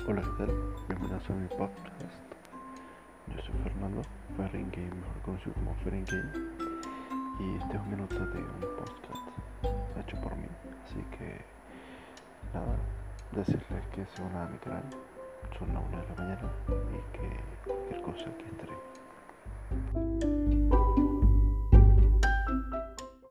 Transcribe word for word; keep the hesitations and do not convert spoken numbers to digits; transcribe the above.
Hola, ¿qué tal? Bienvenidos a mi podcast. Yo soy Fernando, Ferengame, mejor conocido como Ferengame, y este es un minuto de un podcast hecho por mí. Así que, nada, decirles que se unan a mi canal, son las una de la mañana y que cualquier cosa aquí estaré.